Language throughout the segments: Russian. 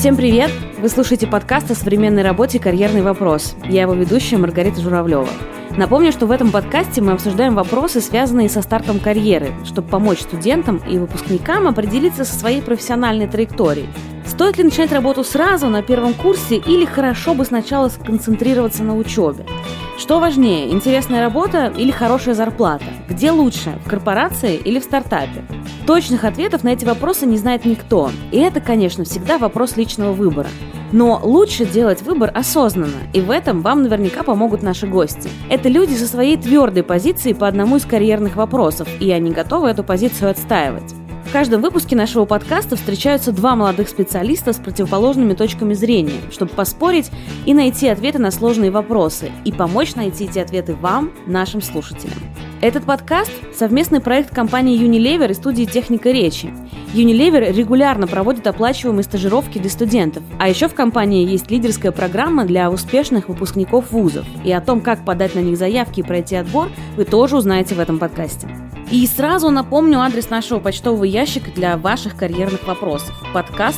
Всем привет! Вы слушаете подкаст о современной работе «Карьерный вопрос». Я его ведущая Маргарита Журавлева. Напомню, что в этом подкасте мы обсуждаем вопросы, связанные со стартом карьеры, чтобы помочь студентам и выпускникам определиться со своей профессиональной траекторией. Стоит ли начинать работу сразу, на первом курсе, или хорошо бы сначала сконцентрироваться на учебе? Что важнее, интересная работа или хорошая зарплата? Где лучше, в корпорации или в стартапе? Точных ответов на эти вопросы не знает никто. И это, конечно, всегда вопрос личного выбора. Но лучше делать выбор осознанно, и в этом вам наверняка помогут наши гости. Это люди со своей твердой позицией по одному из карьерных вопросов, и они готовы эту позицию отстаивать. В каждом выпуске нашего подкаста встречаются два молодых специалиста с противоположными точками зрения, чтобы поспорить и найти ответы на сложные вопросы, и помочь найти эти ответы вам, нашим слушателям. Этот подкаст – совместный проект компании Unilever и студии «Техника речи». Unilever регулярно проводит оплачиваемые стажировки для студентов, а еще в компании есть лидерская программа для успешных выпускников вузов. И о том, как подать на них заявки и пройти отбор, вы тоже узнаете в этом подкасте. И сразу напомню адрес нашего почтового ящика для ваших карьерных вопросов –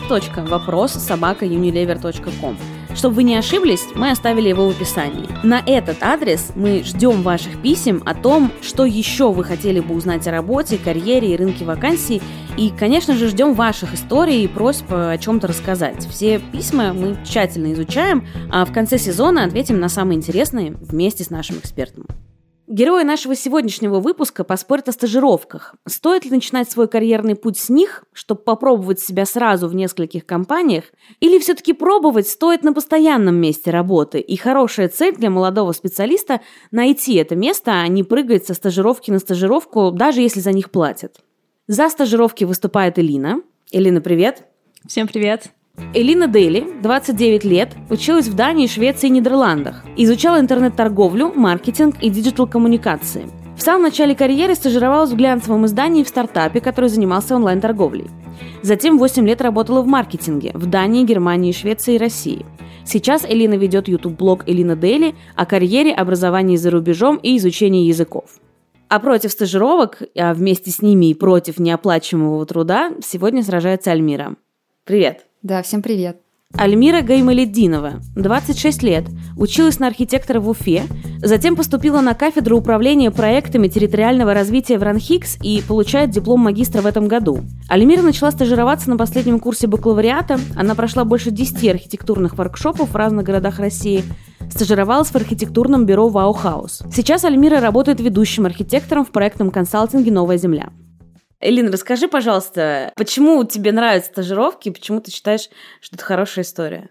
podcast.вопрос@unilever.com. Чтобы вы не ошиблись, мы оставили его в описании. На этот адрес мы ждем ваших писем о том, что еще вы хотели бы узнать о работе, карьере и рынке вакансий. И, конечно же, ждем ваших историй и просьб о чем-то рассказать. Все письма мы тщательно изучаем, а в конце сезона ответим на самые интересные вместе с нашим экспертом. Герои нашего сегодняшнего выпуска поспорят о стажировках. Стоит ли начинать свой карьерный путь с них, чтобы попробовать себя сразу в нескольких компаниях, или все-таки пробовать стоит на постоянном месте работы, и хорошая цель для молодого специалиста – найти это место, а не прыгать со стажировки на стажировку, даже если за них платят. За стажировки выступает Элина. Элина, привет! Всем привет! Элина Дейли, 29 лет, училась в Дании, Швеции и Нидерландах. Изучала интернет-торговлю, маркетинг и диджитал-коммуникации. В самом начале карьеры стажировалась в глянцевом издании в стартапе, который занимался онлайн-торговлей. Затем 8 лет работала в маркетинге в Дании, Германии, Швеции и России. Сейчас Элина ведет YouTube-блог Элина Дейли о карьере, образовании за рубежом и изучении языков. А против стажировок, а вместе с ними и против неоплачиваемого труда, сегодня сражается Альмира. Привет! Да, всем привет. Альмира Гаймалетдинова, 26 лет, училась на архитектора в Уфе, затем поступила на кафедру управления проектами территориального развития в РАНХИКС и получает диплом магистра в этом году. Альмира начала стажироваться на последнем курсе бакалавриата, она прошла больше 10 архитектурных воркшопов в разных городах России, стажировалась в архитектурном бюро «Вау-хаус». Сейчас Альмира работает ведущим архитектором в проектном консалтинге «Новая земля». Элина, расскажи, пожалуйста, почему тебе нравятся стажировки, почему ты считаешь, что это хорошая история?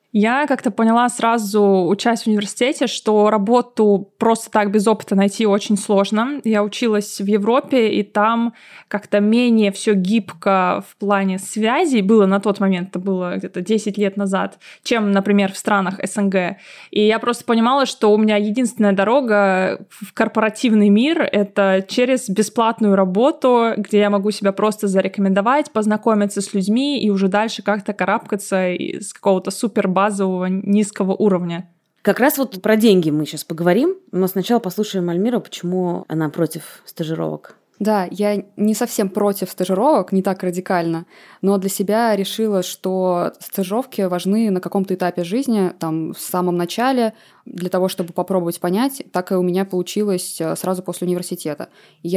Я как-то поняла сразу, учась в университете, что работу просто так без опыта найти очень сложно. Я училась в Европе, и там как-то менее все гибко в плане связей было на тот момент, это было где-то 10 лет назад, чем, например, в странах СНГ. И я просто понимала, что у меня единственная дорога в корпоративный мир — это через бесплатную работу, где я могу себя просто зарекомендовать, познакомиться с людьми и уже дальше как-то карабкаться с какого-то супербазового низкого уровня. Как раз вот про деньги мы сейчас поговорим, но сначала послушаем Альмиру, почему она против стажировок. Да, я не совсем против стажировок, не так радикально, но для себя решила, что стажировки важны на каком-то этапе жизни, там, в самом начале, для того, чтобы попробовать понять. Так и у меня получилось сразу после университета.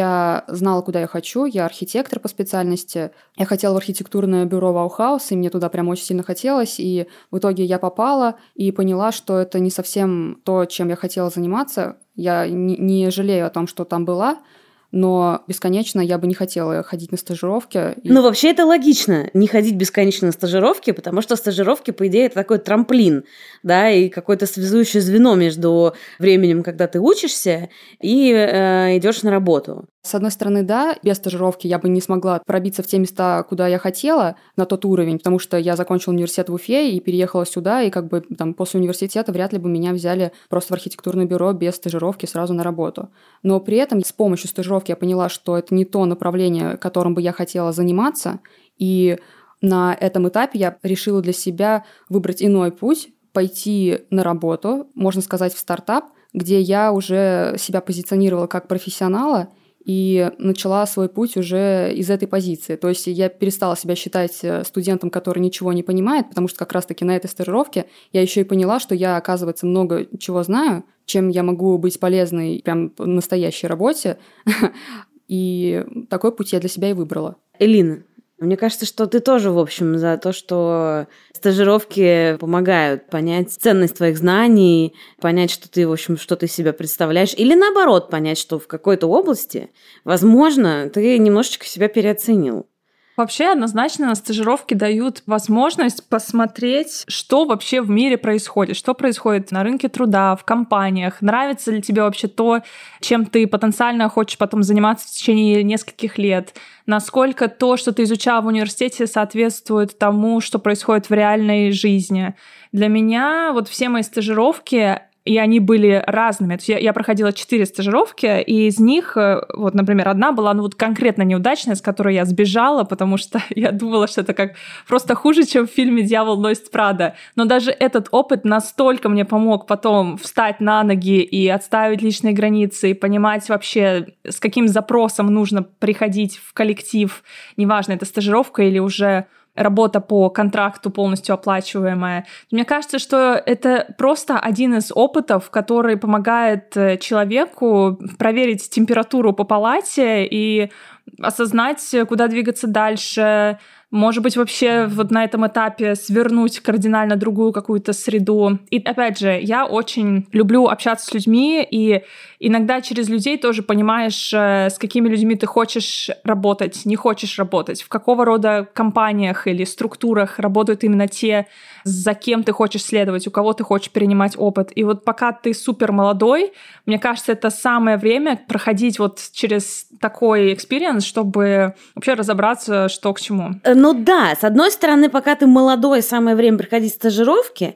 Я знала, куда я хочу, я архитектор по специальности, я хотела в архитектурное бюро «Вау-хаус», и мне туда прям очень сильно хотелось, и в итоге я попала и поняла, что это не совсем то, чем я хотела заниматься. Я не жалею о том, что там была, но бесконечно я бы не хотела ходить на стажировки. Ну, вообще это логично, не ходить бесконечно на стажировки, потому что стажировки, по идее, это такой трамплин, да, и какое-то связующее звено между временем, когда ты учишься, и идешь на работу. С одной стороны, да, без стажировки я бы не смогла пробиться в те места, куда я хотела, на тот уровень, потому что я закончила университет в Уфе и переехала сюда, и как бы там после университета вряд ли бы меня взяли просто в архитектурное бюро без стажировки сразу на работу. Но при этом с помощью стажировки я поняла, что это не то направление, которым бы я хотела заниматься, и на этом этапе я решила для себя выбрать иной путь, пойти на работу, можно сказать, в стартап, где я уже себя позиционировала как профессионала, и начала свой путь уже из этой позиции. То есть я перестала себя считать студентом, который ничего не понимает, потому что как раз-таки на этой стажировке я еще и поняла, что я, оказывается, много чего знаю, чем я могу быть полезной прям в настоящей работе. И такой путь я для себя и выбрала. Элина, мне кажется, что ты тоже, в общем, за то, что стажировки помогают понять ценность твоих знаний, понять, что ты, в общем, что ты себя представляешь, или наоборот, понять, что в какой-то области, возможно, ты немножечко себя переоценил. Вообще, однозначно, на стажировке дают возможность посмотреть, что вообще в мире происходит, что происходит на рынке труда, в компаниях, нравится ли тебе вообще то, чем ты потенциально хочешь потом заниматься в течение нескольких лет, насколько то, что ты изучал в университете, соответствует тому, что происходит в реальной жизни. Для меня вот все мои стажировки, и они были разными. То есть я проходила 4 стажировки, и из них, вот, например, одна была конкретно неудачная, с которой я сбежала, потому что я думала, что это как просто хуже, чем в фильме «Дьявол носит Прада». Но даже этот опыт настолько мне помог потом встать на ноги и отстаивать личные границы, и понимать вообще, с каким запросом нужно приходить в коллектив, неважно, это стажировка или уже работа по контракту полностью оплачиваемая. Мне кажется, что это просто один из опытов, который помогает человеку проверить температуру по палате и осознать, куда двигаться дальше. Может быть, вообще вот на этом этапе свернуть кардинально другую какую-то среду. И опять же, я очень люблю общаться с людьми, и иногда через людей тоже понимаешь, с какими людьми ты хочешь работать, не хочешь работать, в какого рода компаниях или структурах работают именно те, за кем ты хочешь следовать, у кого ты хочешь перенимать опыт. И вот пока ты супер молодой, мне кажется, это самое время проходить вот через такой экспириенс, чтобы вообще разобраться, что к чему. Ну да, с одной стороны, пока ты молодой, самое время проходить стажировки,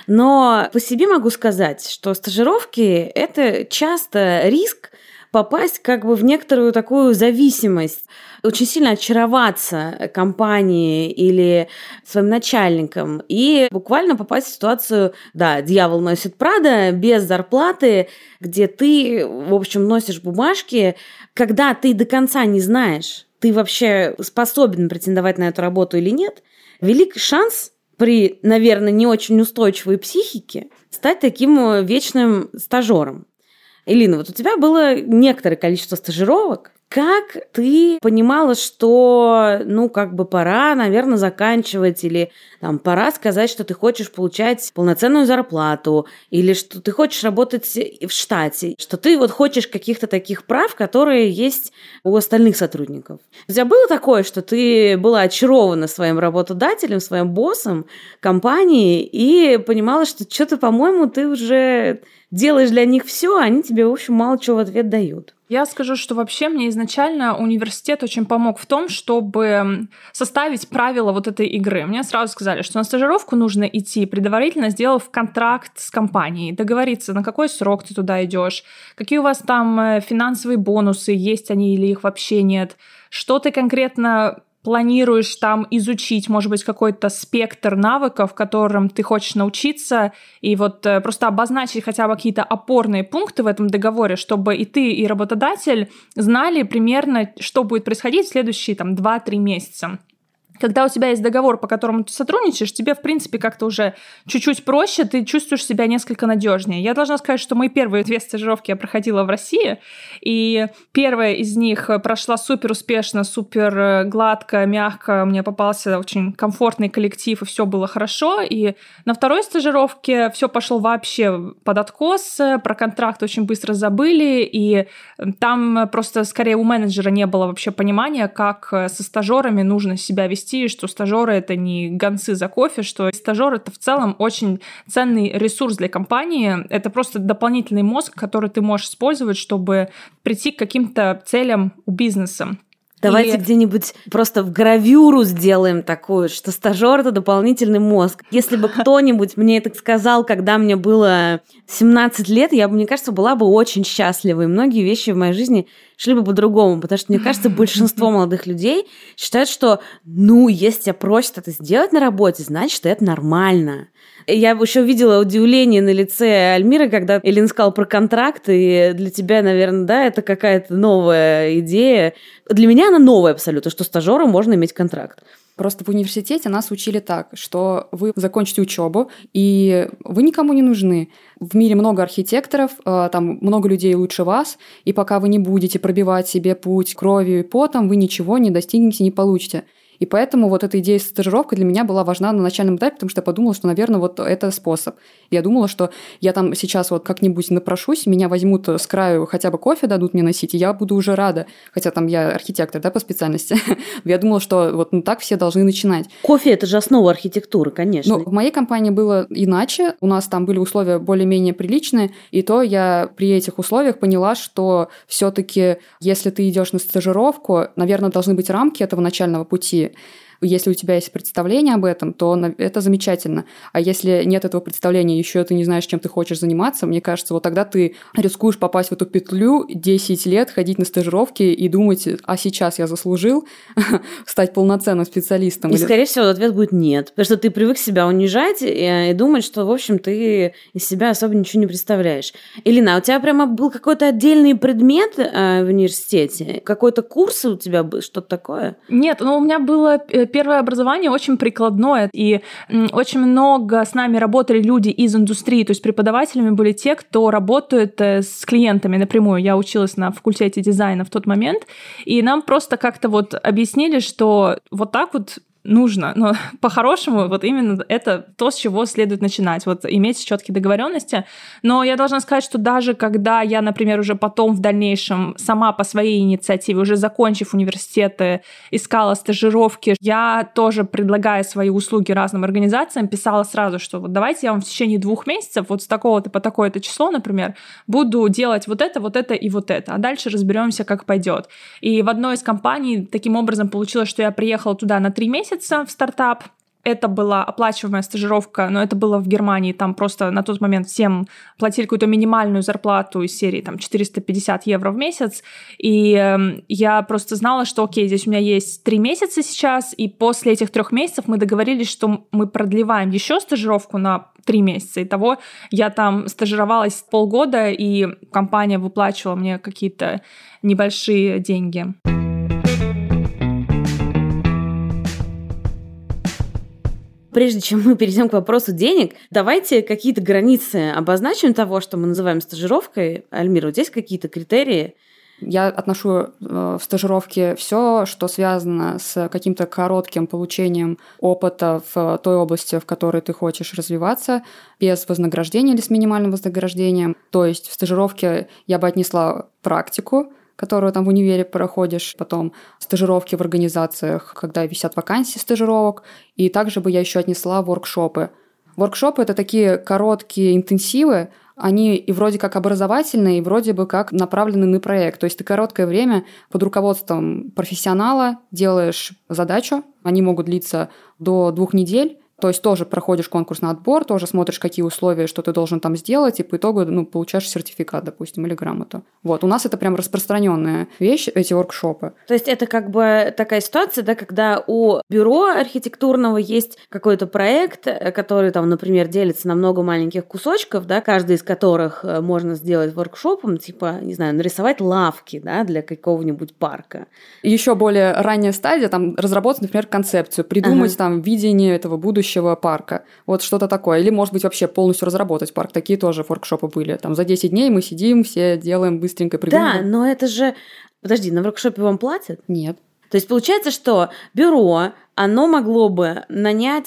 но по себе могу сказать, что стажировки – это часто риск попасть как бы в некоторую такую зависимость, очень сильно очароваться компанией или своим начальником и буквально попасть в ситуацию, да, «Дьявол носит Прада», без зарплаты, где ты, в общем, носишь бумажки, когда ты до конца не знаешь, ты вообще способен претендовать на эту работу или нет, велик шанс при, наверное, не очень устойчивой психике стать таким вечным стажером. Элина, вот у тебя было некоторое количество стажировок. Как ты понимала, что, пора, наверное, заканчивать, или пора сказать, что ты хочешь получать полноценную зарплату, или что ты хочешь работать в штате, что ты вот хочешь каких-то таких прав, которые есть у остальных сотрудников? У тебя было такое, что ты была очарована своим работодателем, своим боссом, компанией, и понимала, что что-то, по-моему, ты уже делаешь для них все, а они тебе, в общем, мало чего в ответ дают? Я скажу, что вообще мне изначально университет очень помог в том, чтобы составить правила вот этой игры. Мне сразу сказали, что на стажировку нужно идти, предварительно сделав контракт с компанией, договориться, на какой срок ты туда идешь, какие у вас там финансовые бонусы, есть они или их вообще нет, что ты конкретно планируешь там изучить, может быть, какой-то спектр навыков, которым ты хочешь научиться, и вот просто обозначить хотя бы какие-то опорные пункты в этом договоре, чтобы и ты, и работодатель знали примерно, что будет происходить в следующие 2-3 месяца. Когда у тебя есть договор, по которому ты сотрудничаешь, тебе, в принципе, как-то уже чуть-чуть проще, ты чувствуешь себя несколько надежнее. Я должна сказать, что мои первые 2 стажировки я проходила в России, и первая из них прошла супер успешно, супер гладко, мягко. Мне попался очень комфортный коллектив, и все было хорошо. И на второй стажировке все пошло вообще под откос, про контракт очень быстро забыли, и там просто скорее у менеджера не было вообще понимания, как со стажерами нужно себя вести, что стажеры — это не гонцы за кофе, что стажер — это в целом очень ценный ресурс для компании. Это просто дополнительный мозг, который ты можешь использовать, чтобы прийти к каким-то целям у бизнеса. Давайте где-нибудь просто в гравюру сделаем такую, что стажер — это дополнительный мозг. Если бы кто-нибудь мне это сказал, когда мне было 17 лет, я бы, мне кажется, была бы очень счастлива. И многие вещи в моей жизни шли бы по-другому, потому что, мне кажется, большинство молодых людей считают, что, если тебя просят это сделать на работе, значит, это нормально. Я еще видела удивление на лице Альмиры, когда Элин сказала про контракт, и для тебя, наверное, да, это какая-то новая идея. Для меня она новая абсолютно, что стажеру можно иметь контракт. Просто в университете нас учили так, что вы закончите учебу, и вы никому не нужны. В мире много архитекторов, там много людей лучше вас, и пока вы не будете пробивать себе путь кровью и потом, вы ничего не достигнете, не получите. И поэтому вот эта идея с стажировкой для меня была важна на начальном этапе, потому что я подумала, что, наверное, вот это способ. Я думала, что я там сейчас вот как-нибудь напрошусь, меня возьмут с краю, хотя бы кофе дадут мне носить, и я буду уже рада. Хотя там я архитектор, да, по специальности. Я думала, что вот так все должны начинать. Кофе – это же основа архитектуры, конечно. Но в моей компании было иначе. У нас там были условия более-менее приличные, и то я при этих условиях поняла, что все-таки, если ты идешь на стажировку, наверное, должны быть рамки этого начального пути. Если у тебя есть представление об этом, то это замечательно. А если нет этого представления, еще ты не знаешь, чем ты хочешь заниматься, мне кажется, вот тогда ты рискуешь попасть в эту петлю, 10 лет ходить на стажировки и думать, а сейчас я заслужил стать полноценным специалистом. И, скорее всего, ответ будет нет. Потому что ты привык себя унижать и думать, что, в общем, ты из себя особо ничего не представляешь. Элина, а у тебя прямо был какой-то отдельный предмет в университете? Какой-то курс у тебя был? Что-то такое? Нет, у меня было первое образование очень прикладное, и очень много с нами работали люди из индустрии, то есть преподавателями были те, кто работает с клиентами напрямую. Я училась на факультете дизайна в тот момент, и нам просто как-то вот объяснили, что вот так вот нужно, но по-хорошему вот именно это то, с чего следует начинать, вот иметь четкие договоренности. Но я должна сказать, что даже когда я, например, уже потом в дальнейшем сама по своей инициативе, уже закончив университеты, искала стажировки, я тоже, предлагая свои услуги разным организациям, писала сразу, что вот давайте я вам в течение 2 месяцев вот с такого-то по такое-то число, например, буду делать вот это и вот это, а дальше разберемся, как пойдет. И в одной из компаний таким образом получилось, что я приехала туда на 3 месяца в стартап. Это была оплачиваемая стажировка, но это было в Германии. Там просто на тот момент всем платили какую-то минимальную зарплату из серии там, 450 евро в месяц. И я просто знала, что окей, здесь у меня есть 3 месяца сейчас, и после этих 3 месяцев мы договорились, что мы продлеваем еще стажировку на 3 месяца. Итого я там стажировалась полгода, и компания выплачивала мне какие-то небольшие деньги. Прежде чем мы перейдем к вопросу денег, давайте какие-то границы обозначим того, что мы называем стажировкой. Альмира, вот здесь какие-то критерии? Я отношу в стажировке все, что связано с каким-то коротким получением опыта в той области, в которой ты хочешь развиваться, без вознаграждения или с минимальным вознаграждением. То есть в стажировке я бы отнесла практику, которую там в универе проходишь, потом стажировки в организациях, когда висят вакансии стажировок, и также бы я еще отнесла воркшопы. Воркшопы — это такие короткие интенсивы, они и вроде как образовательные, и вроде бы как направлены на проект. То есть ты короткое время под руководством профессионала делаешь задачу, они могут длиться до 2 недель, то есть тоже проходишь конкурс на отбор, тоже смотришь, какие условия, что ты должен там сделать, и по итогу получаешь сертификат, допустим, или грамоту. Вот, у нас это прям распространенная вещь, эти воркшопы. То есть это как бы такая ситуация, да, когда у бюро архитектурного есть какой-то проект, который там, например, делится на много маленьких кусочков, да, каждый из которых можно сделать воркшопом, типа, не знаю, нарисовать лавки, да, для какого-нибудь парка. Еще более ранняя стадия, там, разработать, например, концепцию, придумать там видение этого будущего парка. Вот что-то такое. Или, может быть, вообще полностью разработать парк. Такие тоже воркшопы были. Там за 10 дней мы сидим, все делаем быстренько, придумываем. Да, но это же... Подожди, на воркшопе вам платят? Нет. То есть получается, что бюро, оно могло бы нанять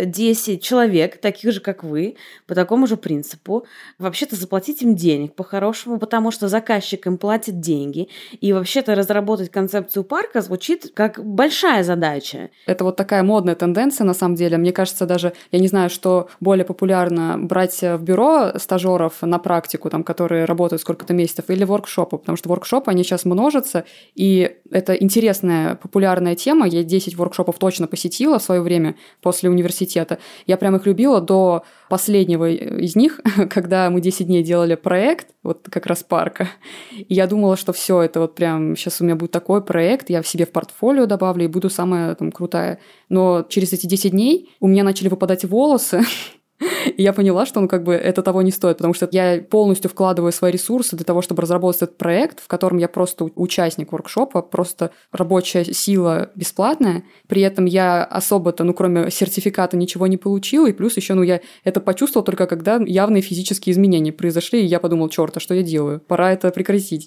10 человек, таких же, как вы, по такому же принципу, вообще-то заплатить им денег по-хорошему, потому что заказчик им платит деньги, и вообще-то разработать концепцию парка звучит как большая задача. Это вот такая модная тенденция, на самом деле. Мне кажется, даже, я не знаю, что более популярно, брать в бюро стажеров на практику, там, которые работают сколько-то месяцев, или воркшопы, потому что воркшопы, они сейчас множатся, и Это интересная, популярная тема. Я 10 воркшопов точно посетила в свое время после университета. Я прям их любила до последнего из них, когда мы 10 дней делали проект, вот как раз парка. И я думала, что все это вот прям сейчас у меня будет такой проект, я в себе в портфолио добавлю и буду самая там крутая. Но через эти 10 дней у меня начали выпадать волосы, и я поняла, что это того не стоит, потому что я полностью вкладываю свои ресурсы для того, чтобы разработать этот проект, в котором я просто участник воркшопа, просто рабочая сила бесплатная. При этом я особо-то, кроме сертификата, ничего не получила. И плюс еще, я это почувствовала только когда явные физические изменения произошли, и я подумала, черт, а что я делаю? Пора это прекратить.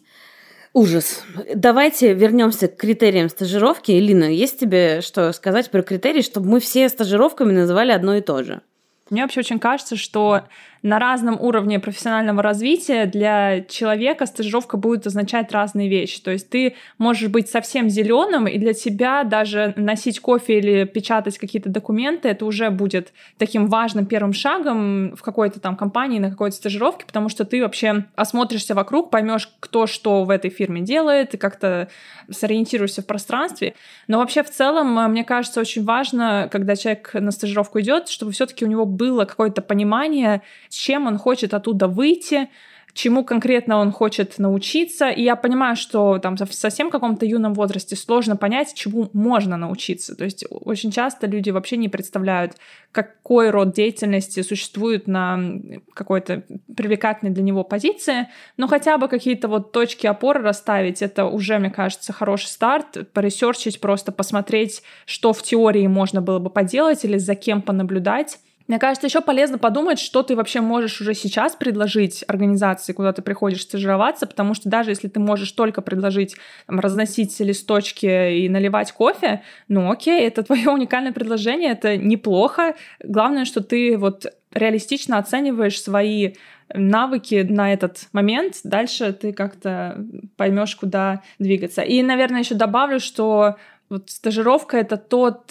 Ужас. Давайте вернемся к критериям стажировки. Элина, есть тебе что сказать про критерии, чтобы мы все стажировками называли одно и то же? Мне вообще очень кажется, что на разном уровне профессионального развития для человека стажировка будет означать разные вещи. То есть ты можешь быть совсем зеленым, и для тебя даже носить кофе или печатать какие-то документы, это уже будет таким важным первым шагом в какой-то там компании, на какой-то стажировке, потому что ты вообще осмотришься вокруг, поймешь, кто что в этой фирме делает, и как-то сориентируешься в пространстве. Но вообще в целом, мне кажется, очень важно, когда человек на стажировку идет, чтобы все-таки у него было какое-то понимание, с чем он хочет оттуда выйти, чему конкретно он хочет научиться. И я понимаю, что там в совсем каком-то юном возрасте сложно понять, чему можно научиться. То есть очень часто люди вообще не представляют, какой род деятельности существует на какой-то привлекательной для него позиции. Но хотя бы какие-то вот точки опоры расставить, это уже, мне кажется, хороший старт. Поресерчить, просто посмотреть, что в теории можно было бы поделать или за кем понаблюдать. Мне кажется, еще полезно подумать, что ты вообще можешь уже сейчас предложить организации, куда ты приходишь стажироваться, потому что даже если ты можешь только предложить разносить листочки и наливать кофе, окей, это твое уникальное предложение, это неплохо. Главное, что ты вот реалистично оцениваешь свои навыки на этот момент, дальше ты как-то поймешь, куда двигаться. И, наверное, еще добавлю, что вот стажировка — это тот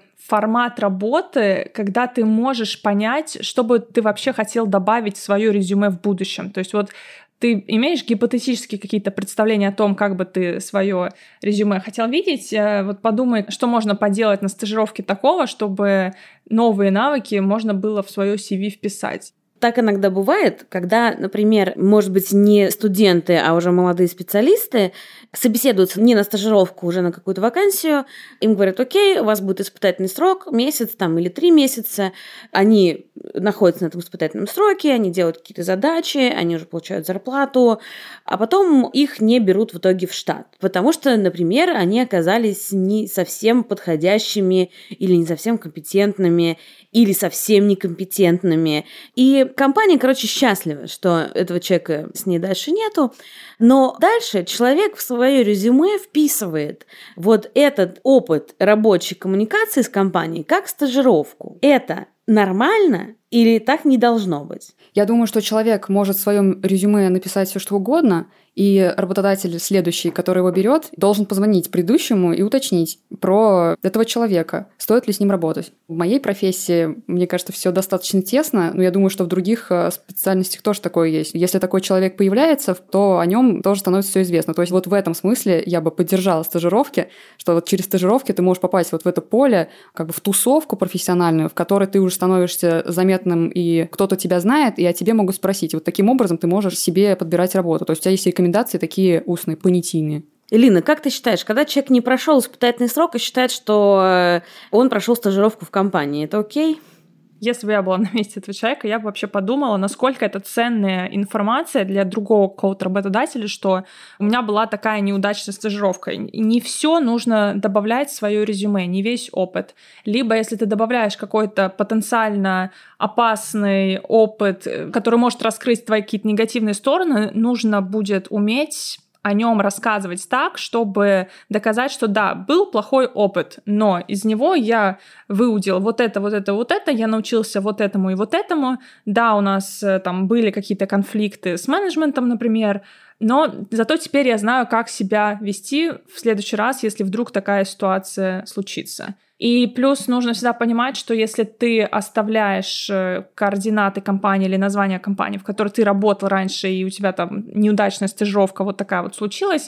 формат работы, когда ты можешь понять, что бы ты вообще хотел добавить в свое резюме в будущем. То есть вот ты имеешь гипотетически какие-то представления о том, как бы ты свое резюме хотел видеть, вот подумай, что можно поделать на стажировке такого, чтобы новые навыки можно было в свое CV вписать. Так иногда бывает, когда, например, может быть, не студенты, а уже молодые специалисты собеседуются не на стажировку, уже на какую-то вакансию. Им говорят: окей, у вас будет испытательный срок, месяц там, или 3 месяца. Они находятся на этом испытательном сроке, они делают какие-то задачи, они уже получают зарплату, а потом их не берут в итоге в штат. Потому что, например, они оказались не совсем подходящими или не совсем компетентными, или совсем некомпетентными. И компания, счастлива, что этого человека с ней дальше нету. Но дальше человек в свое резюме вписывает вот этот опыт рабочей коммуникации с компанией как стажировку. Это нормально или так не должно быть? Я думаю, что человек может в своем резюме написать все, что угодно, и работодатель следующий, который его берет, должен позвонить предыдущему и уточнить про этого человека, стоит ли с ним работать. В моей профессии, мне кажется, все достаточно тесно, но я думаю, что в других специальностях тоже такое есть. Если такой человек появляется, то о нем тоже становится все известно. То есть вот в этом смысле я бы поддержала стажировки, что вот через стажировки ты можешь попасть вот в это поле, как бы в тусовку профессиональную, в которой ты уже становишься заметным, и кто-то тебя знает, и о тебе могут спросить. И вот таким образом ты можешь себе подбирать работу. То есть у тебя есть рекомендации такие устные, понятийные. Элина, как ты считаешь, когда человек не прошел испытательный срок и считает, что он прошел стажировку в компании, это окей? Если бы я была на месте этого человека, я бы вообще подумала, насколько это ценная информация для другого какого-то работодателя, что у меня была такая неудачная стажировка. И не все нужно добавлять в свое резюме, не весь опыт. Либо если ты добавляешь какой-то потенциально опасный опыт, который может раскрыть твои какие-то негативные стороны, нужно будет уметь о нем рассказывать так, чтобы доказать, что да, был плохой опыт, но из него я выудил вот это, я научился вот этому и вот этому. Да, у нас там были какие-то конфликты с менеджментом, например, но зато теперь я знаю, как себя вести в следующий раз, если вдруг такая ситуация случится. И плюс нужно всегда понимать, что если ты оставляешь координаты компании или название компании, в которой ты работал раньше, и у тебя там неудачная стажировка вот такая вот случилась,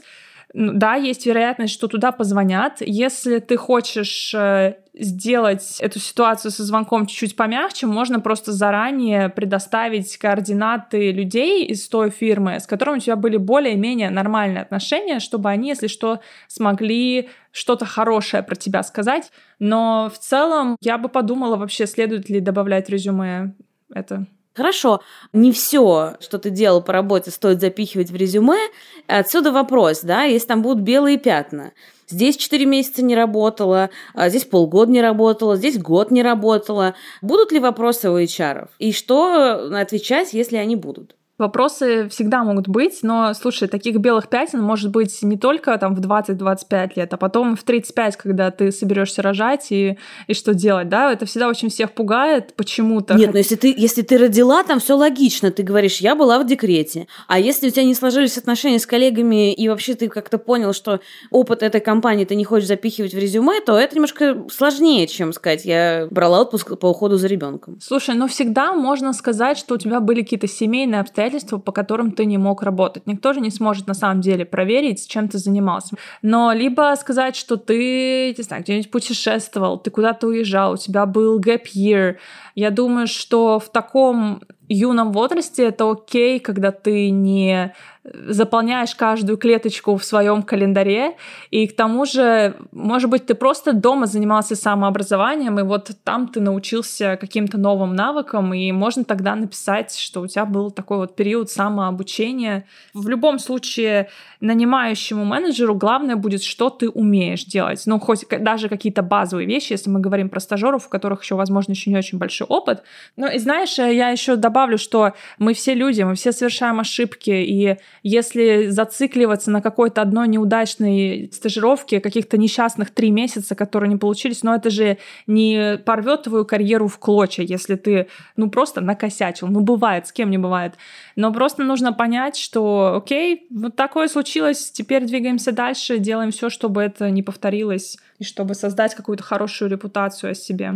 Да, есть вероятность, что туда позвонят. Если ты хочешь сделать эту ситуацию со звонком чуть-чуть помягче, можно просто заранее предоставить координаты людей из той фирмы, с которыми у тебя были более-менее нормальные отношения, чтобы они, если что, смогли что-то хорошее про тебя сказать. Но в целом я бы подумала вообще, следует ли добавлять в резюме это. Хорошо, не все, что ты делал по работе, стоит запихивать в резюме. Отсюда вопрос, да, если там будут белые пятна. Здесь 4 месяца не работала, здесь полгода не работала, здесь год не работала. Будут ли вопросы у HR? И что отвечать, если они будут? Вопросы всегда могут быть, но, слушай, таких белых пятен может быть не только там в 20-25 лет, а потом в 35, когда ты соберешься рожать и что делать, да? Это всегда очень всех пугает почему-то. Нет, но если ты родила, там все логично. Ты говоришь, я была в декрете. А если у тебя не сложились отношения с коллегами, и вообще ты как-то понял, что опыт этой компании ты не хочешь запихивать в резюме, то это немножко сложнее, чем сказать, я брала отпуск по уходу за ребенком. Слушай, но всегда можно сказать, что у тебя были какие-то семейные обстоятельства, по которым ты не мог работать. Никто же не сможет на самом деле проверить, чем ты занимался. Но либо сказать, что ты, не знаю, где-нибудь путешествовал, ты куда-то уезжал, у тебя был gap year. Я думаю, что в таком юном возрасте это окей, когда ты не заполняешь каждую клеточку в своем календаре, и к тому же, может быть, ты просто дома занимался самообразованием, и вот там ты научился каким-то новым навыкам, и можно тогда написать, что у тебя был такой вот период самообучения. В любом случае, нанимающему менеджеру главное будет, что ты умеешь делать. Ну, хоть даже какие-то базовые вещи, если мы говорим про стажеров, у которых еще, возможно, еще не очень большой опыт. Но, и знаешь, я еще добавлю, что мы все люди, мы все совершаем ошибки, и если зацикливаться на какой-то одной неудачной стажировке, каких-то несчастных 3 месяца, которые не получились, но это же не порвет твою карьеру в клочья, если ты, просто накосячил. Бывает, с кем не бывает. Но просто нужно понять, что, окей, вот такое случилось, теперь двигаемся дальше, делаем все, чтобы это не повторилось, и чтобы создать какую-то хорошую репутацию о себе.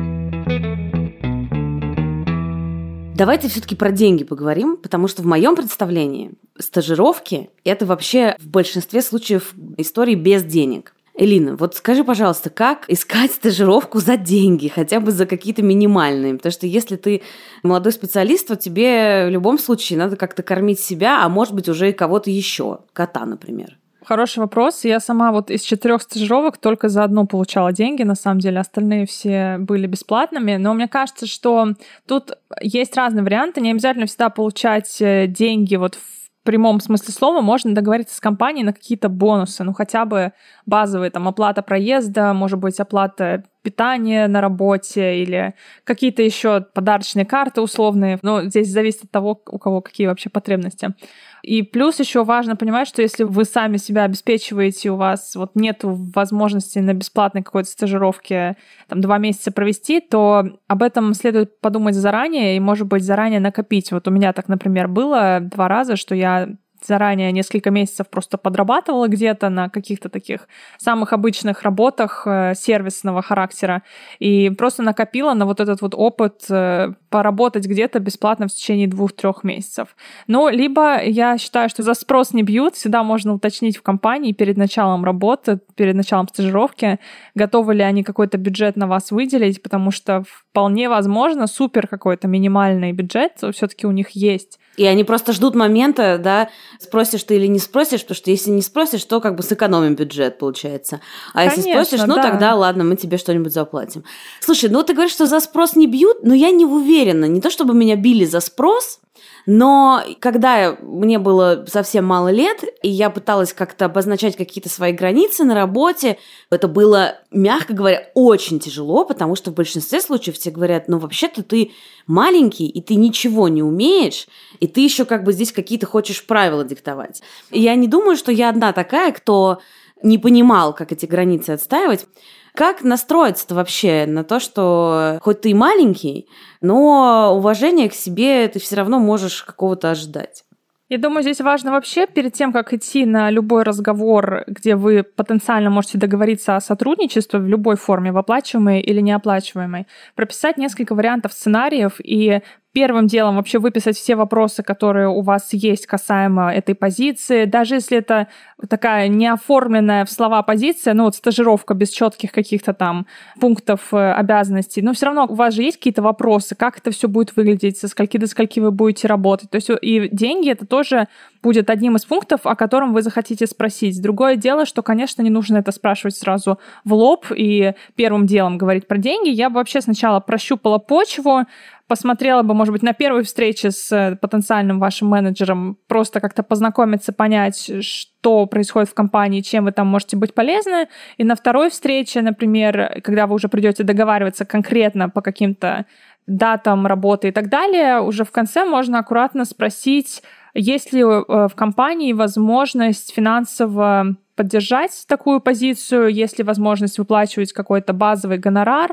Давайте все-таки про деньги поговорим, потому что в моем представлении стажировки – это вообще в большинстве случаев истории без денег. Элина, вот скажи, пожалуйста, как искать стажировку за деньги, хотя бы за какие-то минимальные? Потому что если ты молодой специалист, то тебе в любом случае надо как-то кормить себя, а может быть уже и кого-то еще, кота, например. Хороший вопрос. Я сама вот из 4 стажировок только за одну получала деньги, на самом деле, остальные все были бесплатными. Но мне кажется, что тут есть разные варианты. Не обязательно всегда получать деньги вот в прямом смысле слова. Можно договориться с компанией на какие-то бонусы, хотя бы базовые, там, оплата проезда, может быть, оплата питания на работе или какие-то еще подарочные карты условные. Но здесь зависит от того, у кого какие вообще потребности. И плюс еще важно понимать, что если вы сами себя обеспечиваете, у вас вот нет возможности на бесплатной какой-то стажировке 2 месяца провести, то об этом следует подумать заранее и, может быть, заранее накопить. Вот у меня так, например, было 2 раза, что я заранее несколько месяцев просто подрабатывала где-то на каких-то таких самых обычных работах сервисного характера и просто накопила на вот этот вот опыт поработать где-то бесплатно в течение 2-3 месяцев. Либо я считаю, что за спрос не бьют, всегда можно уточнить в компании перед началом работы, перед началом стажировки, готовы ли они какой-то бюджет на вас выделить, потому что вполне возможно супер какой-то минимальный бюджет все-таки у них есть. И они просто ждут момента, да, спросишь ты или не спросишь, потому что если не спросишь, то как бы сэкономим бюджет, получается. А Конечно, если спросишь, да. Тогда ладно, мы тебе что-нибудь заплатим. Слушай, ты говоришь, что за спрос не бьют, но я не уверена. Не то, чтобы меня били за спрос, но когда мне было совсем мало лет, и я пыталась как-то обозначать какие-то свои границы на работе, это было, мягко говоря, очень тяжело, потому что в большинстве случаев все говорят, вообще-то ты маленький, и ты ничего не умеешь, и ты еще как бы здесь какие-то хочешь правила диктовать. И я не думаю, что я одна такая, кто не понимал, как эти границы отстаивать. Как настроиться-то вообще на то, что хоть ты и маленький, но уважение к себе ты все равно можешь какого-то ожидать? Я думаю, здесь важно вообще перед тем, как идти на любой разговор, где вы потенциально можете договориться о сотрудничестве в любой форме, в оплачиваемой или неоплачиваемой, прописать несколько вариантов сценариев и первым делом вообще выписать все вопросы, которые у вас есть касаемо этой позиции. Даже если это такая неоформленная в слова позиция, ну вот стажировка без четких каких-то там пунктов обязанностей, но все равно у вас же есть какие-то вопросы, как это все будет выглядеть, со скольки до скольки вы будете работать. То есть и деньги — это тоже будет одним из пунктов, о котором вы захотите спросить. Другое дело, что, конечно, не нужно это спрашивать сразу в лоб и первым делом говорить про деньги. Я бы вообще сначала прощупала почву, посмотрела бы, может быть, на первой встрече с потенциальным вашим менеджером, просто как-то познакомиться, понять, что происходит в компании, чем вы там можете быть полезны. И на второй встрече, например, когда вы уже придете договариваться конкретно по каким-то датам работы и так далее, уже в конце можно аккуратно спросить, есть ли в компании возможность финансово поддержать такую позицию, есть ли возможность выплачивать какой-то базовый гонорар.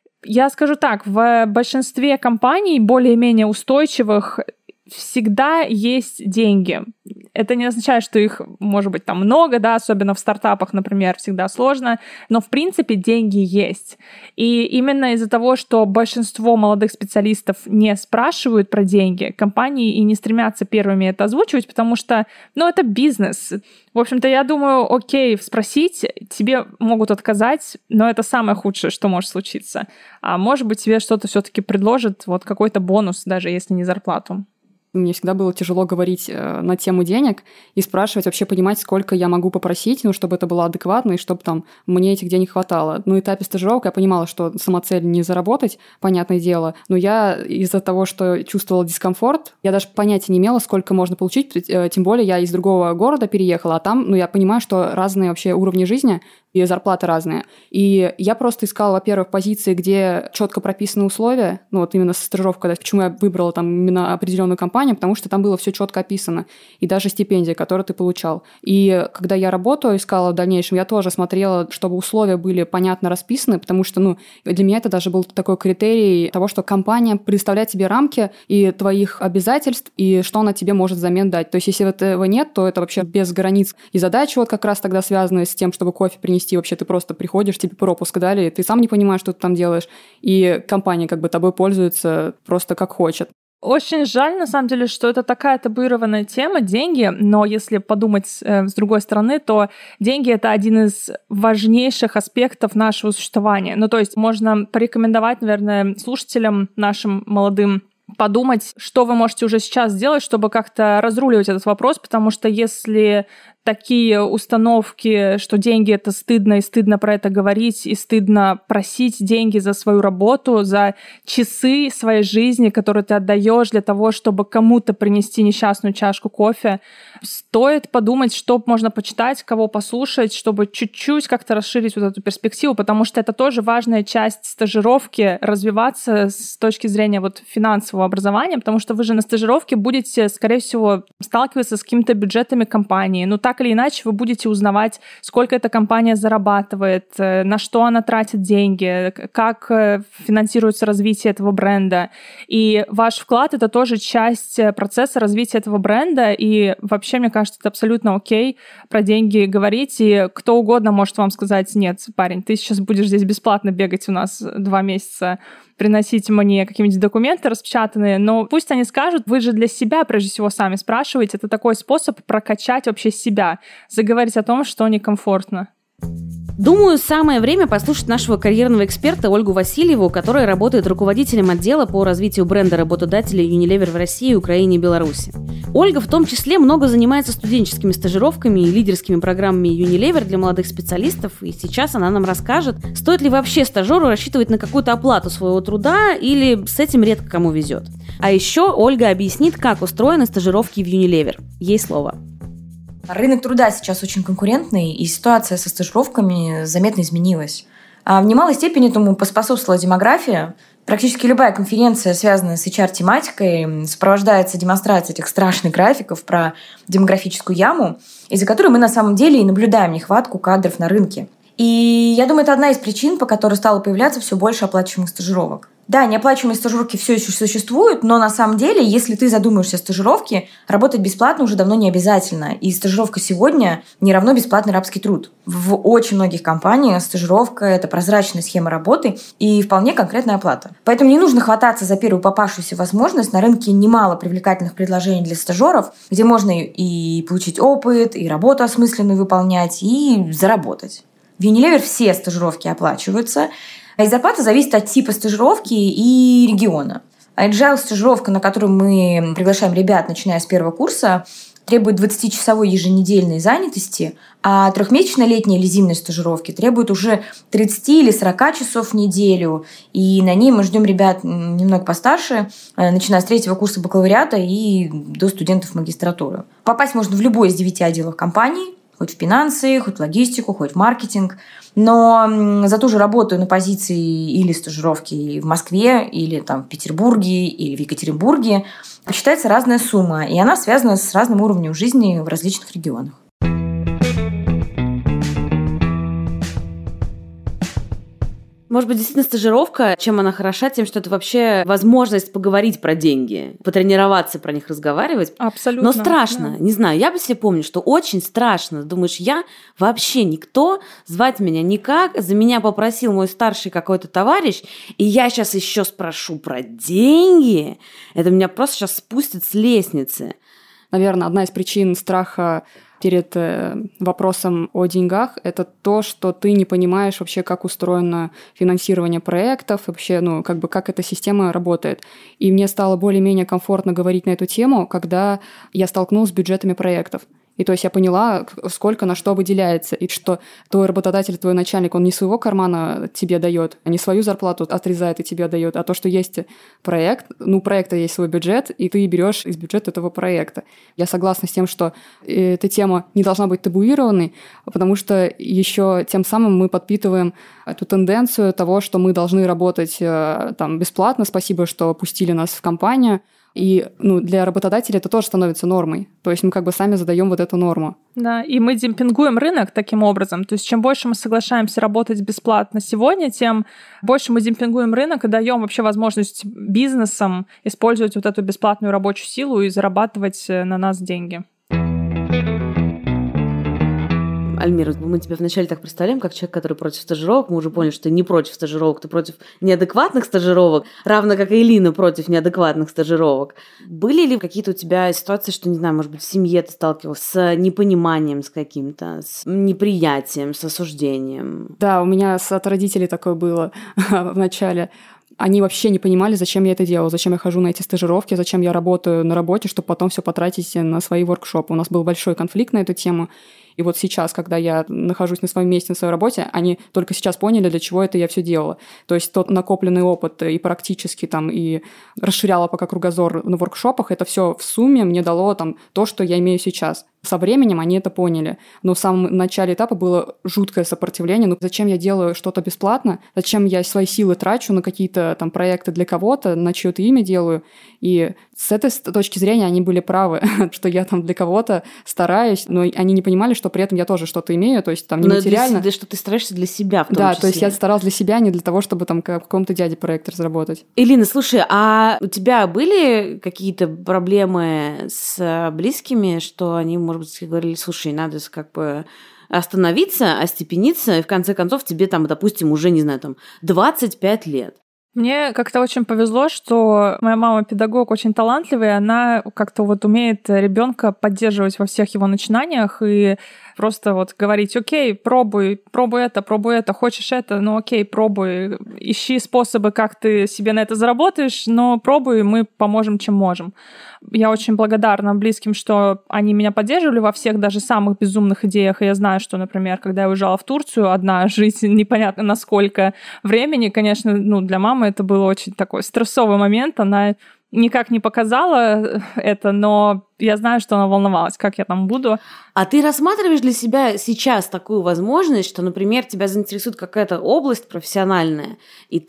Я скажу так, в большинстве компаний более-менее устойчивых всегда есть деньги. Это не означает, что их, может быть, там много, да, особенно в стартапах, например, всегда сложно, но, в принципе, деньги есть. И именно из-за того, что большинство молодых специалистов не спрашивают про деньги, компании и не стремятся первыми это озвучивать, потому что, ну, это бизнес. В общем-то, я думаю, окей, спросить, тебе могут отказать, но это самое худшее, что может случиться. А может быть, тебе что-то все-таки предложат, вот какой-то бонус, даже если не зарплату. Мне всегда было тяжело говорить на тему денег и спрашивать, вообще понимать, сколько я могу попросить, ну, чтобы это было адекватно и чтобы там мне этих денег хватало. На этапе стажировок я понимала, что самоцель не заработать, понятное дело, но я из-за того, что чувствовала дискомфорт, я даже понятия не имела, сколько можно получить, тем более я из другого города переехала, а там, ну, я понимаю, что разные вообще уровни жизни, и зарплаты разные. И я просто искала, во-первых, позиции, где четко прописаны условия, ну вот именно со стажировкой, почему я выбрала там именно определенную компанию, потому что там было все четко описано, и даже стипендия, которую ты получал. И когда я работу искала в дальнейшем, я тоже смотрела, чтобы условия были понятно расписаны, потому что, ну, для меня это даже был такой критерий того, что компания предоставляет тебе рамки и твоих обязательств, и что она тебе может взамен дать. То есть, если этого нет, то это вообще без границ. И задачи вот как раз тогда связаны с тем, чтобы кофе принести. Вообще ты просто приходишь, тебе пропуск дали, ты сам не понимаешь, что ты там делаешь, и компания как бы тобой пользуется просто как хочет. Очень жаль, на самом деле, что это такая табуированная тема, деньги, но если подумать с другой стороны, то деньги — это один из важнейших аспектов нашего существования. Ну, то есть можно порекомендовать, наверное, слушателям нашим молодым подумать, что вы можете уже сейчас сделать, чтобы как-то разруливать этот вопрос, потому что если такие установки, что деньги — это стыдно, и стыдно про это говорить, и стыдно просить деньги за свою работу, за часы своей жизни, которые ты отдаешь для того, чтобы кому-то принести несчастную чашку кофе. Стоит подумать, что можно почитать, кого послушать, чтобы чуть-чуть как-то расширить вот эту перспективу, потому что это тоже важная часть стажировки — развиваться с точки зрения вот финансового образования, потому что вы же на стажировке будете, скорее всего, сталкиваться с какими-то бюджетами компании. Ну, так или иначе, вы будете узнавать, сколько эта компания зарабатывает, на что она тратит деньги, как финансируется развитие этого бренда. И ваш вклад — это тоже часть процесса развития этого бренда, и вообще, мне кажется, это абсолютно окей про деньги говорить, и кто угодно может вам сказать: нет, парень, ты сейчас будешь здесь бесплатно бегать у нас 2 месяца, приносить мне какие-нибудь документы распечатанные, но пусть они скажут, вы же для себя, прежде всего, сами спрашиваете. Это такой способ прокачать вообще себя, заговорить о том, что некомфортно. Думаю, самое время послушать нашего карьерного эксперта Ольгу Васильеву, которая работает руководителем отдела по развитию бренда работодателей Unilever в России, Украине и Беларуси. Ольга в том числе много занимается студенческими стажировками и лидерскими программами Unilever для молодых специалистов, и сейчас она нам расскажет, стоит ли вообще стажеру рассчитывать на какую-то оплату своего труда или с этим редко кому везет. А еще Ольга объяснит, как устроены стажировки в Unilever. Ей слово. Рынок труда сейчас очень конкурентный, и ситуация со стажировками заметно изменилась. А в немалой степени этому поспособствовала демография. Практически любая конференция, связанная с HR-тематикой, сопровождается демонстрацией этих страшных графиков про демографическую яму, из-за которой мы на самом деле и наблюдаем нехватку кадров на рынке. И я думаю, это одна из причин, по которой стало появляться все больше оплачиваемых стажировок. Да, неоплачиваемые стажировки все еще существуют, но на самом деле, если ты задумаешься о стажировке, работать бесплатно уже давно не обязательно. И стажировка сегодня не равно бесплатный рабский труд. В очень многих компаниях стажировка – это прозрачная схема работы и вполне конкретная оплата. Поэтому не нужно хвататься за первую попавшуюся возможность. На рынке немало привлекательных предложений для стажеров, где можно и получить опыт, и работу осмысленную выполнять, и заработать. В Unilever все стажировки оплачиваются, и зарплата зависит от типа стажировки и региона. Agile стажировка, на которую мы приглашаем ребят, начиная с первого курса, требует 20-часовой еженедельной занятости, а трехмесячная летняя или зимняя стажировки требует уже 30 или 40 часов в неделю. И на ней мы ждем ребят немного постарше, начиная с третьего курса бакалавриата и до студентов магистратуры. Попасть можно в любой из 9 отделов компании, хоть в финансы, хоть в логистику, хоть в маркетинг. Но за ту же работу на позиции или стажировки в Москве, или там в Петербурге, или в Екатеринбурге считается разная сумма, и она связана с разным уровнем жизни в различных регионах. Может быть, действительно стажировка, чем она хороша, тем, что это вообще возможность поговорить про деньги, потренироваться про них разговаривать. Абсолютно. Но страшно, да. Не знаю, я по себе помню, что очень страшно. Думаешь, я вообще никто, звать меня никак, за меня попросил мой старший какой-то товарищ, и я сейчас еще спрошу про деньги. Это меня просто сейчас спустит с лестницы. Наверное, одна из причин страха перед вопросом о деньгах – это то, что ты не понимаешь вообще, как устроено финансирование проектов, вообще, как эта система работает. И мне стало более-менее комфортно говорить на эту тему, когда я столкнулась с бюджетами проектов. И то есть я поняла, сколько на что выделяется, и что твой работодатель, твой начальник, он не своего кармана тебе дает, а не свою зарплату отрезает и тебе дает, а то, что есть проект, у проекта есть свой бюджет, и ты берешь из бюджета этого проекта. Я согласна с тем, что эта тема не должна быть табуированной, потому что еще тем самым мы подпитываем эту тенденцию того, что мы должны работать бесплатно, спасибо, что пустили нас в компанию. И для работодателя это тоже становится нормой. То есть мы сами задаем вот эту норму. Да, и мы демпингуем рынок таким образом. То есть чем больше мы соглашаемся работать бесплатно сегодня, тем больше мы демпингуем рынок и даем вообще возможность бизнесам использовать вот эту бесплатную рабочую силу и зарабатывать на нас деньги. Альмира, мы тебя вначале так представляем, как человек, который против стажировок. Мы уже поняли, что ты не против стажировок, ты против неадекватных стажировок, равно как и Элина против неадекватных стажировок. Были ли какие-то у тебя ситуации, что, не знаю, может быть, в семье ты сталкивалась с непониманием с каким-то, с неприятием, с осуждением? Да, у меня от родителей такое было в начале. Они вообще не понимали, зачем я это делаю, зачем я хожу на эти стажировки, зачем я работаю на работе, чтобы потом все потратить на свои воркшопы. У нас был большой конфликт на эту тему. И вот сейчас, когда я нахожусь на своем месте, на своей работе, они только сейчас поняли, для чего это я все делала. То есть тот накопленный опыт и практически и расширяла пока кругозор на воркшопах, это все в сумме мне дало то, что я имею сейчас. Со временем они это поняли. Но в самом начале этапа было жуткое сопротивление. Зачем я делаю что-то бесплатно? Зачем я свои силы трачу на какие-то проекты для кого-то, на чье-то имя делаю? И с этой точки зрения они были правы, что я для кого-то стараюсь, но они не понимали, что при этом я тоже что-то имею, то есть не материально. Что ты стараешься для себя в том числе. Да, то есть я старалась для себя, не для того, чтобы какому-то дяде проект разработать. Элина, слушай, а у тебя были какие-то проблемы с близкими, что они, может быть, говорили, слушай, надо остановиться, остепениться, и в конце концов тебе допустим, уже, 25 лет? Мне как-то очень повезло, что моя мама педагог очень талантливая, она как-то умеет ребенка поддерживать во всех его начинаниях и просто говорить: окей, пробуй это, хочешь это, окей, пробуй, ищи способы, как ты себе на это заработаешь, но пробуй, мы поможем, чем можем. Я очень благодарна близким, что они меня поддерживали во всех даже самых безумных идеях, и я знаю, что, например, когда я уезжала в Турцию одна, жить непонятно на сколько времени, конечно, для мамы это был очень такой стрессовый момент, она никак не показала это, но я знаю, что она волновалась, как я там буду. А ты рассматриваешь для себя сейчас такую возможность, что, например, тебя заинтересует какая-то область профессиональная, и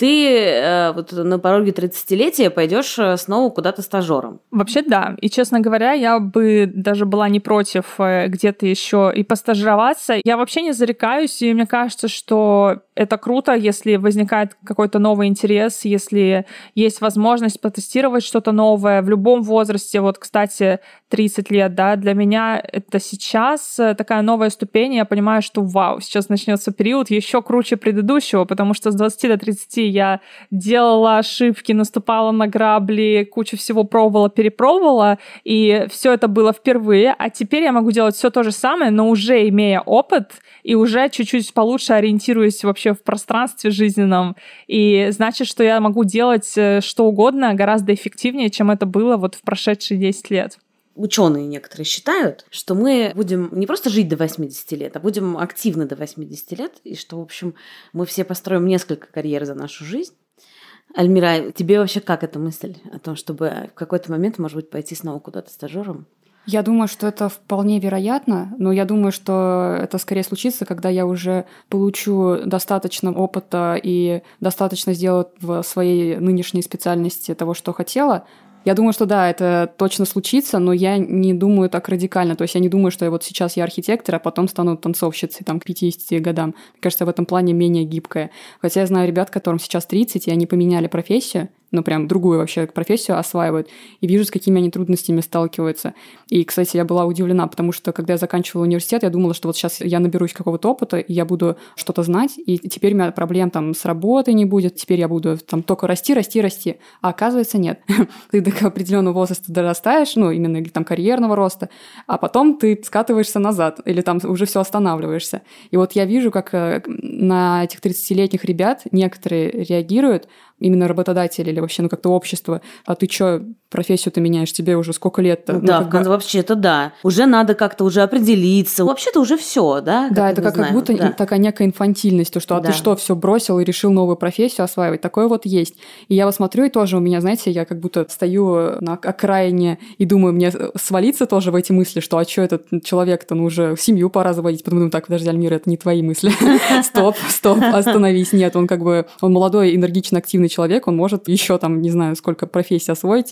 ты вот на пороге 30-летия пойдешь снова куда-то стажером? Вообще, да. И, честно говоря, я бы даже была не против где-то еще и постажироваться. Я вообще не зарекаюсь, и мне кажется, что это круто, если возникает какой-то новый интерес, если есть возможность потестировать что-то новое в любом возрасте. Вот, кстати, 30 лет, да, для меня это сейчас такая новая ступень, я понимаю, что вау, сейчас начнется период еще круче предыдущего, потому что с 20 до 30 я делала ошибки, наступала на грабли, кучу всего пробовала, перепробовала, и все это было впервые, а теперь я могу делать все то же самое, но уже имея опыт и уже чуть-чуть получше ориентируясь вообще в пространстве жизненном, и значит, что я могу делать что угодно гораздо эффективнее, чем это было вот в прошедшие 10 лет. Ученые некоторые считают, что мы будем не просто жить до 80 лет, а будем активны до 80 лет, и что, в общем, мы все построим несколько карьер за нашу жизнь. Альмира, тебе вообще как эта мысль о том, чтобы в какой-то момент, может быть, пойти снова куда-то стажером? Я думаю, что это вполне вероятно, но я думаю, что это скорее случится, когда я уже получу достаточно опыта и достаточно сделаю в своей нынешней специальности того, что хотела. Я думаю, что да, это точно случится, но я не думаю так радикально. То есть я не думаю, что вот сейчас я архитектор, а потом стану танцовщицей там, к 50 годам. Мне кажется, в этом плане менее гибкая. Хотя я знаю ребят, которым сейчас 30, и они поменяли профессию, ну, прям другую вообще профессию осваивают, и вижу, с какими они трудностями сталкиваются. И, кстати, я была удивлена, потому что, когда я заканчивала университет, я думала, что вот сейчас я наберусь какого-то опыта, и я буду что-то знать, и теперь у меня проблем там с работой не будет, теперь я буду там только расти. А оказывается, нет. Ты до определенного возраста дорастаешь, ну, именно или там карьерного роста, а потом ты скатываешься назад, или там уже все останавливаешься. И вот я вижу, как на этих 30-летних ребят некоторые реагируют, именно работодатели или вообще, ну, как-то общество. А ты что, профессию-то меняешь? Тебе уже сколько лет-то? Да, ну, вообще-то да. Уже надо как-то уже определиться. Вообще-то уже все, да? Да, это как будто такая некая инфантильность, то, что а ты что, все бросил и решил новую профессию осваивать? Такое вот есть. И я вот смотрю, и тоже у меня, знаете, я как будто стою на окраине и думаю, мне свалиться тоже в эти мысли, что а что этот человек-то, ну, уже семью пора заводить. Потом думаю, так, подожди, Альмира, это не твои мысли. Стоп, остановись. Нет, он как бы, он молодой, энергично активный человек, он может еще там, не знаю, сколько профессий освоить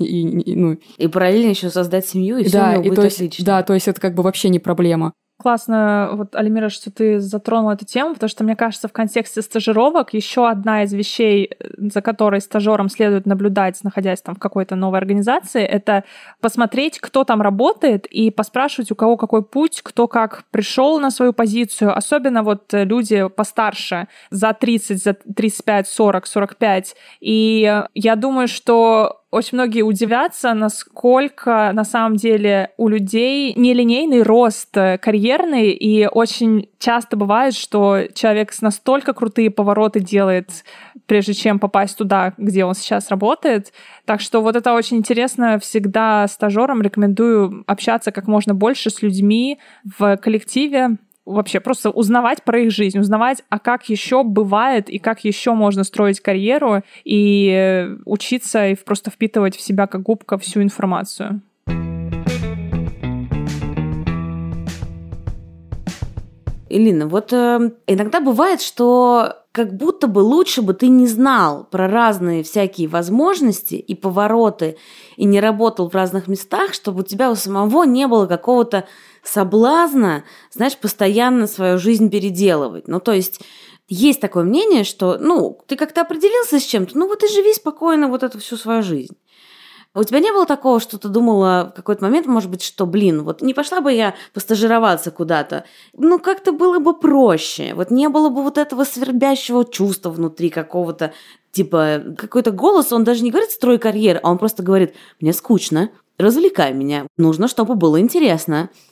и параллельно еще создать семью, и все у него будет отлично. Да, то есть это как бы вообще не проблема. Классно, вот, Альмира, что ты затронула эту тему, потому что, мне кажется, в контексте стажировок еще одна из вещей, за которой стажерам следует наблюдать, находясь там в какой-то новой организации, это посмотреть, кто там работает, и поспрашивать, у кого какой путь, кто как пришел на свою позицию, особенно вот люди постарше, за 30, за 35, 40, 45. И я думаю, что очень многие удивятся, насколько на самом деле у людей нелинейный рост карьерный, и очень часто бывает, что человек с настолько крутые повороты делает, прежде чем попасть туда, где он сейчас работает. Так что вот это очень интересно. Всегда стажерам рекомендую общаться как можно больше с людьми в коллективе, вообще просто узнавать про их жизнь, узнавать, а как еще бывает и как еще можно строить карьеру, и учиться и просто впитывать в себя как губка всю информацию. Элина, вот иногда бывает, что как будто бы лучше бы ты не знал про разные всякие возможности и повороты, и не работал в разных местах, чтобы у тебя у самого не было какого-то соблазна, знаешь, постоянно свою жизнь переделывать. Ну, то есть такое мнение, что, ну, ты как-то определился с чем-то, ну, вот и живи спокойно вот эту всю свою жизнь. У тебя не было такого, что ты думала в какой-то момент, может быть, что, вот не пошла бы я постажироваться куда-то, ну, как-то было бы проще, вот не было бы вот этого свербящего чувства внутри какого-то, типа, какой-то голос, он даже не говорит «строй карьеру», а он просто говорит «мне скучно, развлекай меня, нужно, чтобы было интересно».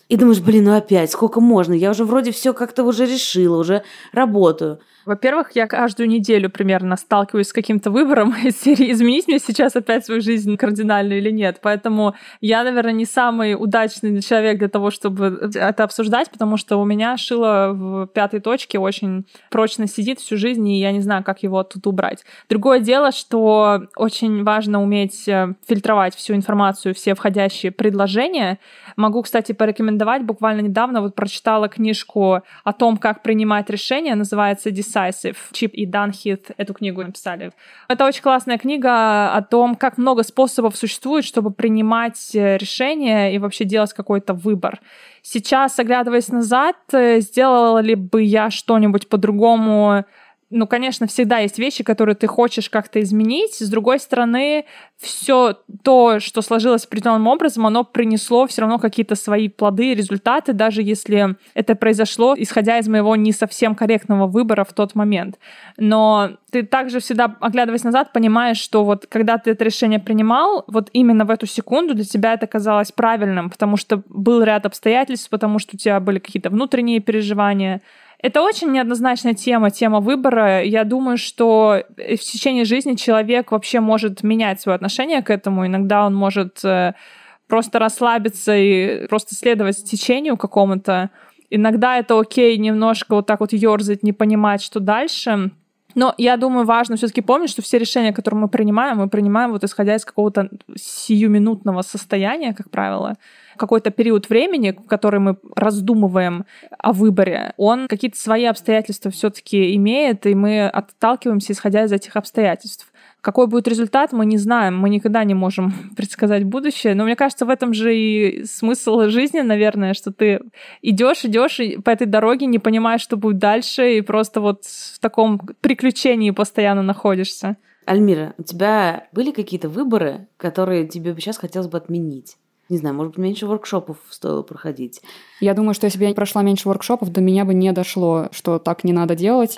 И думаешь, блин, ну опять, сколько можно? Я уже вроде все как-то уже решила, уже работаю. Во-первых, я каждую неделю примерно сталкиваюсь с каким-то выбором из серии «Изменить мне сейчас опять свою жизнь кардинально или нет?». Поэтому я, наверное, не самый удачный человек для того, чтобы это обсуждать, потому что у меня шило в пятой точке очень прочно сидит всю жизнь, и я не знаю, как его оттуда убрать. Другое дело, что очень важно уметь фильтровать всю информацию, все входящие предложения. Могу, кстати, порекомендовать. Буквально недавно вот прочитала книжку о том, как принимать решения, называется Decisive. Чип и Дан Хит эту книгу написали. Это очень классная книга о том, как много способов существует, чтобы принимать решения и вообще делать какой-то выбор. Сейчас, оглядываясь назад, сделала ли бы я что-нибудь по-другому? Ну, конечно, всегда есть вещи, которые ты хочешь как-то изменить. С другой стороны, все то, что сложилось определенным образом, оно принесло все равно какие-то свои плоды, результаты, даже если это произошло, исходя из моего не совсем корректного выбора в тот момент. Но ты также всегда, оглядываясь назад, понимаешь, что вот когда ты это решение принимал, вот именно в эту секунду для тебя это казалось правильным, потому что был ряд обстоятельств, потому что у тебя были какие-то внутренние переживания. Это очень неоднозначная тема выбора. Я думаю, что в течение жизни человек вообще может менять свое отношение к этому. Иногда он может просто расслабиться и просто следовать течению какому-то. Иногда это окей немножко вот так вот ёрзать, не понимать, что дальше. Но я думаю, важно все-таки помнить, что все решения, которые мы принимаем вот исходя из какого-то сиюминутного состояния, как правило. Какой-то период времени, в который мы раздумываем о выборе, он какие-то свои обстоятельства все-таки имеет, и мы отталкиваемся, исходя из этих обстоятельств. Какой будет результат, мы не знаем, мы никогда не можем предсказать будущее. Но мне кажется, в этом же и смысл жизни, наверное, что ты идешь по этой дороге, не понимаешь, что будет дальше, и просто вот в таком приключении постоянно находишься. Альмира, у тебя были какие-то выборы, которые тебе сейчас хотелось бы отменить? Не знаю, может быть, меньше воркшопов стоило проходить. Я думаю, что если бы я прошла меньше воркшопов, до меня бы не дошло, что так не надо делать.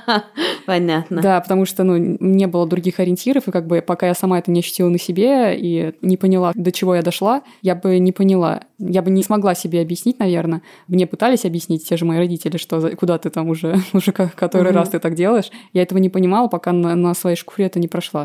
Понятно. Да, потому что, не было других ориентиров, и как бы пока я сама это не ощутила на себе и не поняла, до чего я дошла, я бы не поняла. Я бы не смогла себе объяснить, наверное. Мне пытались объяснить те же мои родители, что куда ты там уже который раз ты так делаешь. Я этого не понимала, пока на своей шкуре это не прошла.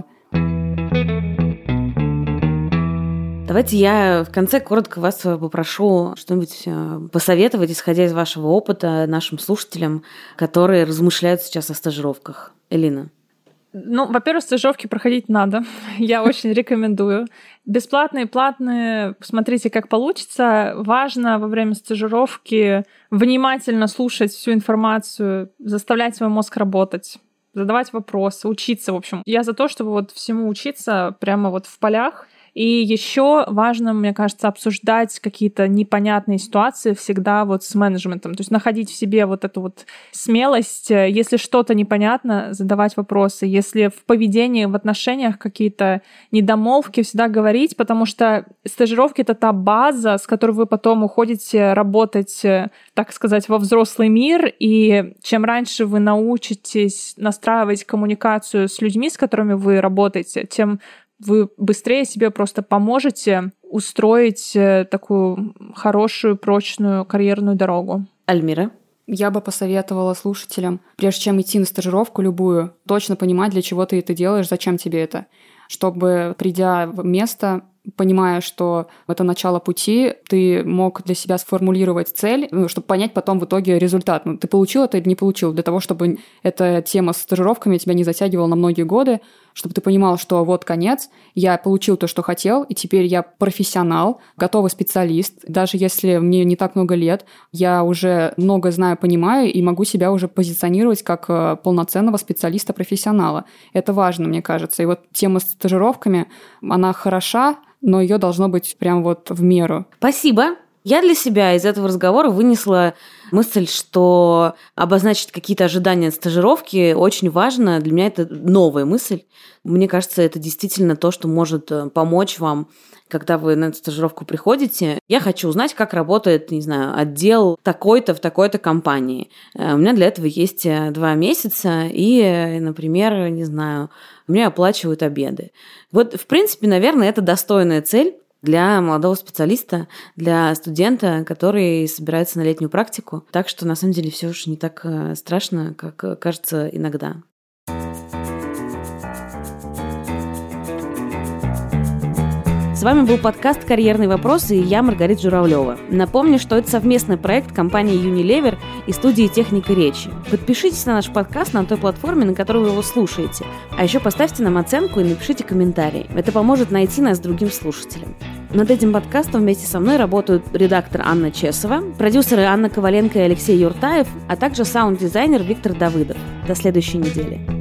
Давайте я в конце коротко вас попрошу что-нибудь посоветовать, исходя из вашего опыта, нашим слушателям, которые размышляют сейчас о стажировках. Элина. Во-первых, стажировки проходить надо. Я очень рекомендую. Бесплатные, платные, смотрите, как получится. Важно во время стажировки внимательно слушать всю информацию, заставлять свой мозг работать, задавать вопросы, учиться, в общем. Я за то, чтобы вот всему учиться прямо вот в полях. И еще важно, мне кажется, обсуждать какие-то непонятные ситуации всегда вот с менеджментом. То есть находить в себе вот эту вот смелость. Если что-то непонятно, задавать вопросы. Если в поведении, в отношениях какие-то недомолвки, всегда говорить, потому что стажировки — это та база, с которой вы потом уходите работать, так сказать, во взрослый мир. И чем раньше вы научитесь настраивать коммуникацию с людьми, с которыми вы работаете, тем вы быстрее себе просто поможете устроить такую хорошую, прочную карьерную дорогу. Альмира? Я бы посоветовала слушателям, прежде чем идти на стажировку любую, точно понимать, для чего ты это делаешь, зачем тебе это. Чтобы, придя в место, понимая, что это начало пути, ты мог для себя сформулировать цель, чтобы понять потом в итоге результат. Ты получил это или не получил, для того, чтобы эта тема с стажировками тебя не затягивала на многие годы, чтобы ты понимал, что вот конец, я получил то, что хотел, и теперь я профессионал, готовый специалист. Даже если мне не так много лет, я уже много знаю, понимаю, и могу себя уже позиционировать как полноценного специалиста-профессионала. Это важно, мне кажется. И вот тема с стажировками, она хороша, но ее должно быть прям вот в меру. Спасибо. Я для себя из этого разговора вынесла мысль, что обозначить какие-то ожидания от стажировки очень важно. Для меня это новая мысль. Мне кажется, это действительно то, что может помочь вам, когда вы на эту стажировку приходите. Я хочу узнать, как работает, не знаю, отдел такой-то в такой-то компании. У меня для этого есть 2 месяца, и, например, не знаю, мне оплачивают обеды. Вот, в принципе, наверное, это достойная цель. для молодого специалиста, для студента, который собирается на летнюю практику. Так что, на самом деле, все уж не так страшно, как кажется иногда. С вами был подкаст «Карьерные вопросы» и я, Маргарита Журавлева. Напомню, что это совместный проект компании Unilever и студии «Техника речи». Подпишитесь на наш подкаст на той платформе, на которой вы его слушаете. А еще поставьте нам оценку и напишите комментарий. Это поможет найти нас другим слушателям. Над этим подкастом вместе со мной работают редактор Анна Чесова, продюсеры Анна Коваленко и Алексей Юртаев, а также саунд-дизайнер Виктор Давыдов. До следующей недели.